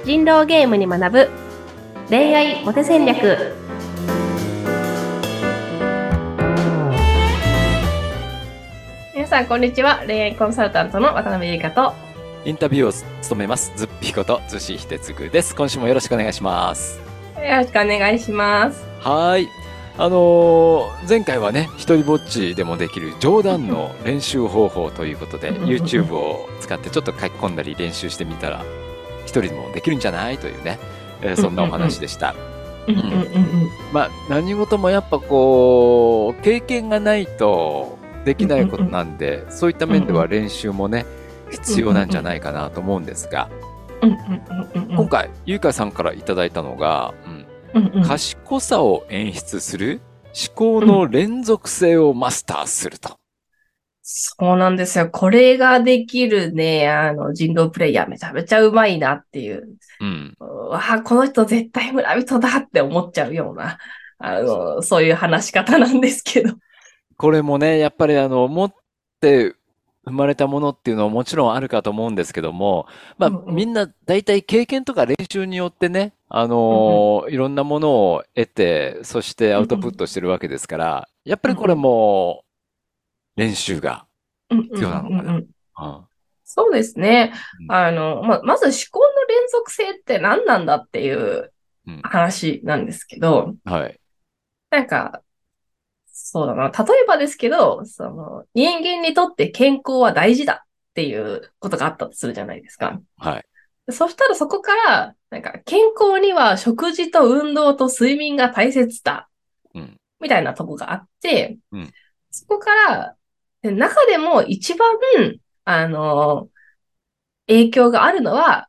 人狼ゲームに学ぶ恋愛モテ戦略。皆さんこんにちは。恋愛コンサルタントの渡辺優香とインタビューを務めますズッピーこと逗子秀嗣です。今週もよろしくお願いします。 よろしくお願いします。 はい。前回はね、一人ぼっちでもできる冗談の練習方法ということで、YouTube を使ってちょっと書き込んだり練習してみたら、一人でもできるんじゃないというね、そんなお話でした。まあ、何事もやっぱこう、経験がないとできないことなんで、そういった面では練習もね、必要なんじゃないかなと思うんですが、今回、ゆいかさんからいただいたのが、賢さを演出する思考の連続性をマスターすると。 そうなんですよ。これができるね、人狼プレイヤーめちゃめちゃうまいなっていう。この人絶対村人だって思っちゃうような、そういう話し方なんですけど。 これもね、やっぱり持って生まれたものっていうのはもちろんあるかと思うんですけども、まあ、みんな大体経験とか練習によってね、いろんなものを得て、そしてアウトプットしてるわけですから、やっぱりこれも練習が必要なのかな。 そうですね。まず思考の連続性って何なんだっていう話なんですけど、 はい。 なんか、そうだな。例えばですけど、人間にとって健康は大事だっていうことがあったとするじゃないですか。 はい。 そしたらそこから、健康には食事と運動と睡眠が大切だ。みたいなとこがあって、そこから、中でも一番、影響があるのは、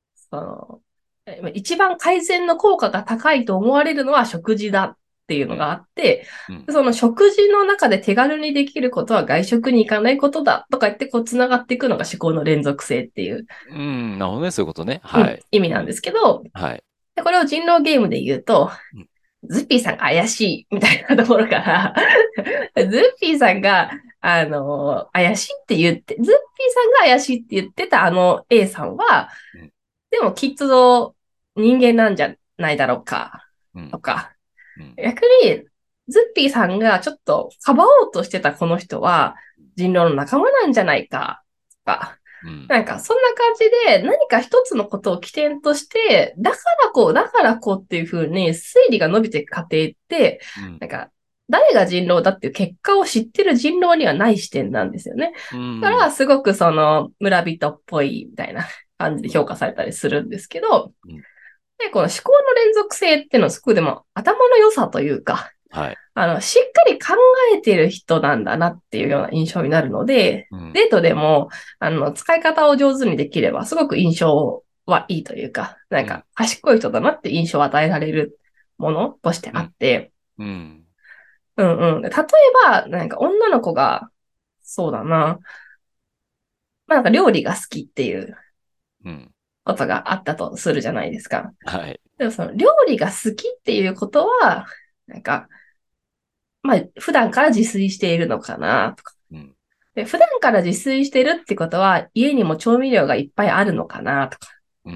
一番改善の効果が高いと思われるのは食事だっていうのがあって、その食事の中で手軽にできることは外食に行かないことだとか言ってこう繋がっていくのが思考の連続性っていう、 なるほどね、そういうことね。はい。 意味なんですけど、 はい。 でこれを人狼ゲームで言うと、ズッピーさんが怪しいみたいなところからズッピーさんが、怪しいって言って、ズッピーさんが怪しいって言ってたA さんは、でもきっと人間なんじゃないだろうか、とか、逆に、ズッピーさんがちょっとかばおうとしてたこの人は、人狼の仲間なんじゃないか、とか、そんな感じで何か一つのことを起点として、だからこうっていう風に推理が伸びていく過程って、誰が人狼だっていう結果を知ってる人狼にはない視点なんですよね。だから、すごく村人っぽいみたいな感じで評価されたりするんですけど、で、この思考の連続性っていうのはすごくでも頭の良さというか、しっかり考えている人なんだなっていうような印象になるので、デートでも、使い方を上手にできれば、すごく印象はいいというか、賢い人だなって印象を与えられるものとしてあって、例えば、女の子が、そうだな、料理が好きっていうことがあったとするじゃないですか。 はい。 でもその料理が好きっていうことは、普段から自炊しているのかなとか。で普段から自炊してるってことは、家にも調味料がいっぱいあるのかなとか。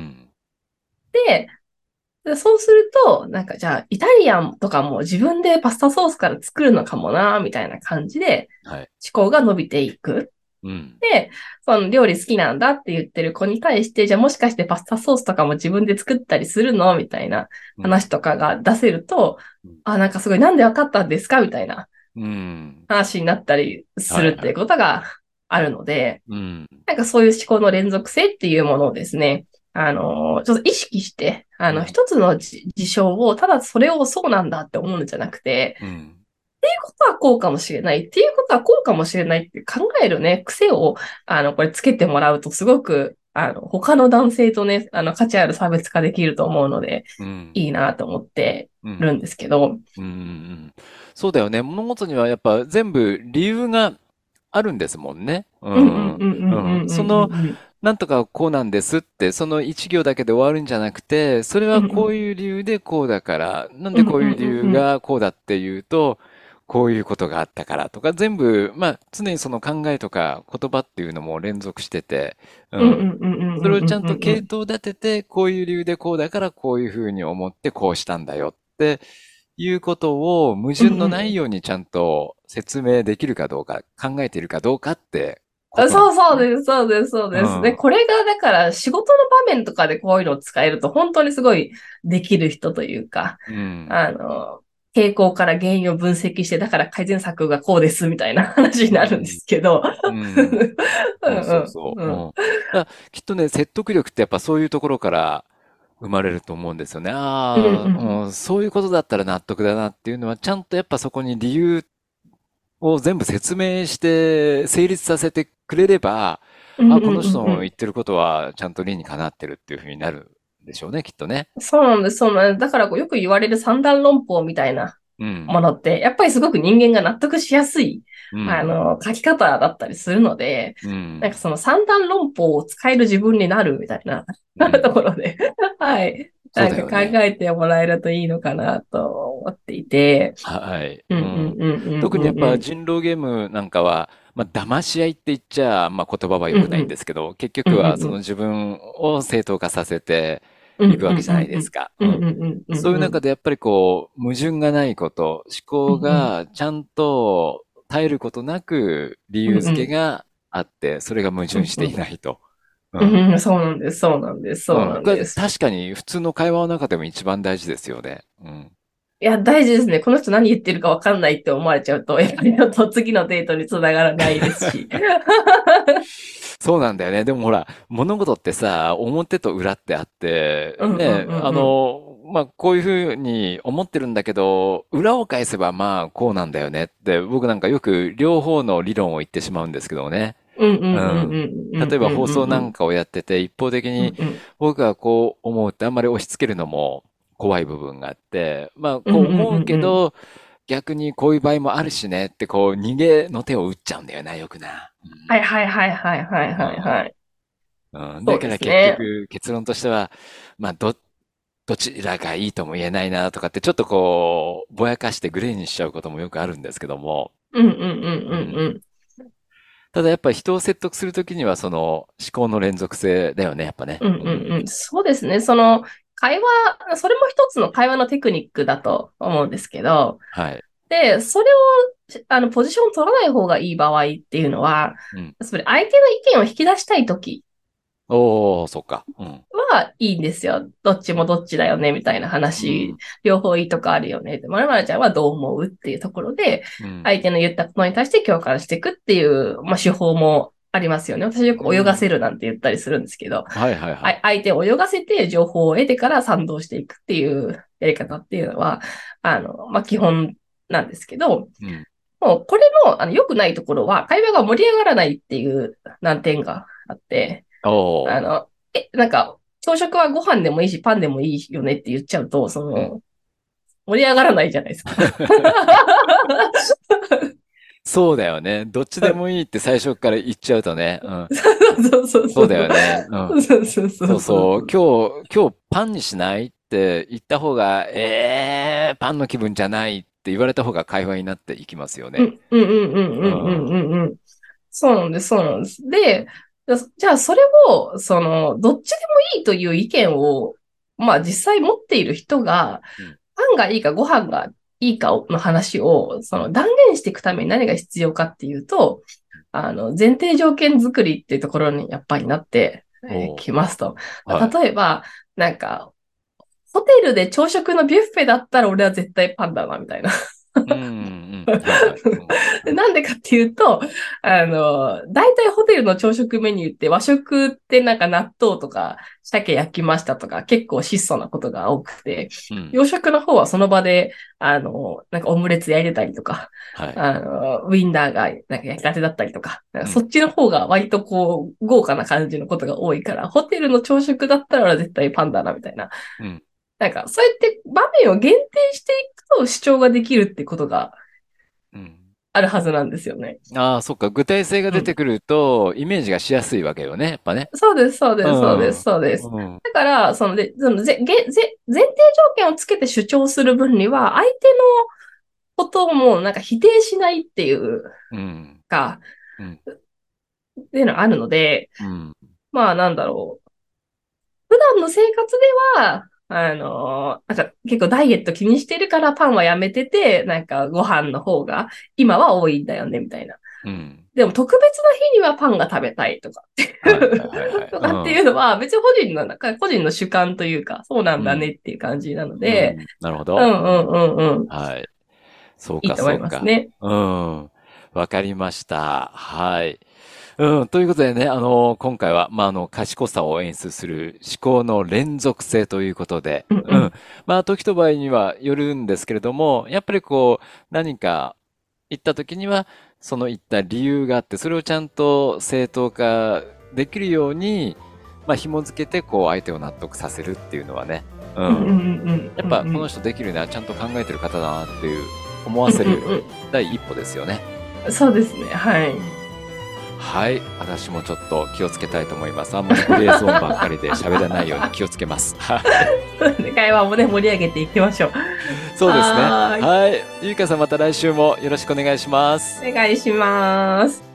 で、そうすると、じゃあ、イタリアンとかも自分でパスタソースから作るのかもな、みたいな感じで、思考が伸びていく。で、その料理好きなんだって言ってる子に対して、じゃあもしかしてパスタソースとかも自分で作ったりするのみたいな話とかが出せると、すごいなんでわかったんですかみたいな話になったりするっていうことがあるので、そういう思考の連続性っていうものをですね、ちょっと意識して、一つの事象を、ただそれをそうなんだって思うんじゃなくて、っていうことはこうかもしれない。っていうことはこうかもしれないって考えるね、癖を、これつけてもらうとすごく、他の男性とね、価値ある差別化できると思うので、いいなと思ってるんですけど。 そうだよね。物事にはやっぱ全部理由があるんですもんね。なんとかこうなんですって、その一行だけで終わるんじゃなくて、それはこういう理由でこうだから、なんでこういう理由がこうだっていうと、 こういうことがあったからとか、全部、まあ、常にその考えとか言葉っていうのも連続してて、ううんうん。 んうんうんそれをうんちゃんとうんうんうん。 系統立てて、こういう理由でこうだからこういうふうに思ってこうしたんだよっていうことを矛盾のないようにちゃんと説明できるかどうか、考えているかどうかってこあ、 となんそうですね。 そうです、そうです、そうです。で、 うん。 これが、だから仕事の場面とかでこういうのを使えると、本当にすごいできる人というか、 うん。 あの、傾向から原因を分析して、だから改善策がこうですみたいな話になるんでうん。 すけど。 うん。 うそうそうんそう。 うんうん。 うん。だからきっとね、説得力ってやっぱそういうところから生まれると思うんですよね。 うんうああ、 んうん、そういうことだったら納得だなっていうのは、ちゃんとやっぱそこに理由を全部説明して成立させてくれれば、あ、 うんうんこの人うんうん。 の言ってることはちゃんと理にかなってるっていうふうになるんでしょうね、きっとね。 そうなんです、そうなんです。だからこうよく言われる三段論法みたいなうん。 ものって、やっぱりすごく人間が納得しやすい、 うん。 書き方だったりするので、 うん。 なんかその三段論法を使える自分になるみたいなうん。 ところで、はい。 そうなんか考だよね。 えてもらえるといいのかなと思っていて、 はい。 うんううん。 んうんうん特にやっうんうん。 ぱ人狼ゲームなんかは、まあ、騙し合いって言っちゃ、まあ、言葉は良くないんうんうんですけど、結うん局はそのうん自分を正当化させてうんうんういくわけじゃないんうんですか。 うんうん。 うんうんそういううんうん中でやっぱりこう、矛盾がないこと、思考うんうんがちゃんと絶えることなく理由付けうんうんがあって、それが矛盾していうんないと。うん。 うんうん、そうなんです、そうなんです、そううん。これなんです。 確かに普通の会話の中でも一番大事ですよね。うん。 いや、大事ですね。この人何言ってるかわかんないって思われちゃうと、やっぱりちょっと次のデートにつながらないですし。 そうなんだよね。でもほら、物事ってさ、表と裏ってあって、 うんうんね、 うんうん。 まあ、こういうふうに思ってるんだけど、裏を返せばまあ、こうなんだよねって、僕なんかよく両方の理論を言ってしまうんですけどね。 うんうんうん。 うんうんうん例えばうん放送うんうんなんかをやってて、一方的にうんうん僕がこう思うってあんまり押し付けるのも怖い部分があって、まあ、 うんうんこう思ううんうん。 けど、逆にこういう場合もあるしねって、こう、逃げの手を打っちゃうんだよな、よくな。 はいはいはいはいはいうん。 はいはい。 うん、 そうでだからすね。 結局結論としては、まあ、どちらがいいとも言えないなとかってちょっとこう、ぼやかしてグレーにしちゃうこともよくあるんですけども、 うんうんうんうん。 うんうん。 ただやっぱり人を説得するときにはその思考の連続性だよね、やっぱね。 うんうん。 うんうん。そうですね。その、それも一つの会話のテクニックだと思うんですけど、 はい。 で、それを、ポジション取らない方がいい場合っていうのは、 うん。 それ相手の意見を引き出したいときおー、そっか。うん。 はいいんですよ。どっちもどっちだよね、みたいな話、 うん。 両方いいとこあるよね。まるまるちゃんはどう思うっていうところで、 うん。 相手の言ったことに対して共感していくっていう、手法もありますよね。私よく泳がうん。 せるなんて言ったりするんですけど、 はいはいはい。 相手を泳がせて情報を得てから賛同していくっていうやり方っていうのは、基本なんですけど、 うん。 もうこれの、良くないところは、会話が盛り上がらないっていう難点があって、 おー。 朝食はご飯でもいいし、パンでもいいよねって言っちゃうと、 うん。 盛り上がらないじゃないですか。 そうだよね。どっちでもいいって最初から言っちゃうとね。うん。 そうそうそうそうそう。 だよね。うん。 そうそうそそうそう。 うそう。 今日パンにしないって言った方が、パンの気分じゃないって言われた方が会話になっていきますよね。 うん、うん、うん、うん、うん、うん、 うん。 うんうん。そうなんです、そうなんです。で、じゃあそれを、どっちでもいいという意見を、実際持っている人が、 うん。 パンがいいかご飯がいいかの話を、 うん。 断言していくために何が必要かっていうと、前提条件作りっていうところにやっぱりなっておー。 きますと。 はい。 例えば、なんか、ホテルで朝食のビュッフェだったら俺は絶対パンだな、みたいな。 うん、うん。はいはい。うん。 でなんでかっていうと、大体ホテルの朝食メニューって和食ってなんか納豆とか鮭焼きましたとか結構質素なことが多くて、 うん。 洋食の方はその場で、なんかオムレツ焼いてたりとか、 はい。 ウィンナーがなんか焼きたてだったりとか、なんうん。 かそっちの方が割とこう、豪華な感じのことが多いから、ホテルの朝食だったら俺は絶対パンだな、みたいな。 うん。 なんか、そうやって場面を限定していくと主張ができるってことがうん。 あるはずなんですよね。 ああ、そっか。具体性がうん。 出てくると、イメージがしやすいわけよね。やっぱね。 そうです、そうです、そうでうん。 す、そうです。 うん。 だから、前提条件をつけて主張する分には、相手のこともなんか否定しないっていううん。 か、 うん。 っていうのがあるので、 うん。 まあなんだろう。普段の生活では、なんか結構ダイエット気にしてるからパンはやめてて、なんかご飯の方が今は多いんだよね、みたいな。 うん。 でも特別な日にはパンが食べたいとかはいはいはいはい。 とかってうん。 いうのは別になんか個人の主観というか、そうなんだねうん。 っていう感じなので、 うん。なるほうど。 んうんうんうん。 はい。そうかいいと思いそうか。 ますね。 うん。わかりました。はい。うん。ということでね、今回は、賢さを演出する思考の連続性ということで、うん。 うんうん。 時と場合にはよるんですけれども、やっぱりこう、何か言った時には、その言った理由があって、それをちゃんと正当化できるように、紐付けて、こう、相手を納得させるっていうのはね、うん。 うんうんうんやっぱ、 うんうん。 この人できるな、ちゃんと考えてる方だなっていう、思わうんせるうん第一歩ですよね。 うん。そうですね。はい。 うん。はい。私もちょっと気をつけたいと思います。あんまりグレーゾーンばっかりで喋らないように気をつけます。はい。 会話もね、盛り上げていきましょう。 そうですね。 はーい。 はい。ゆいかさんまた来週もよろしくお願いします。 お願いします。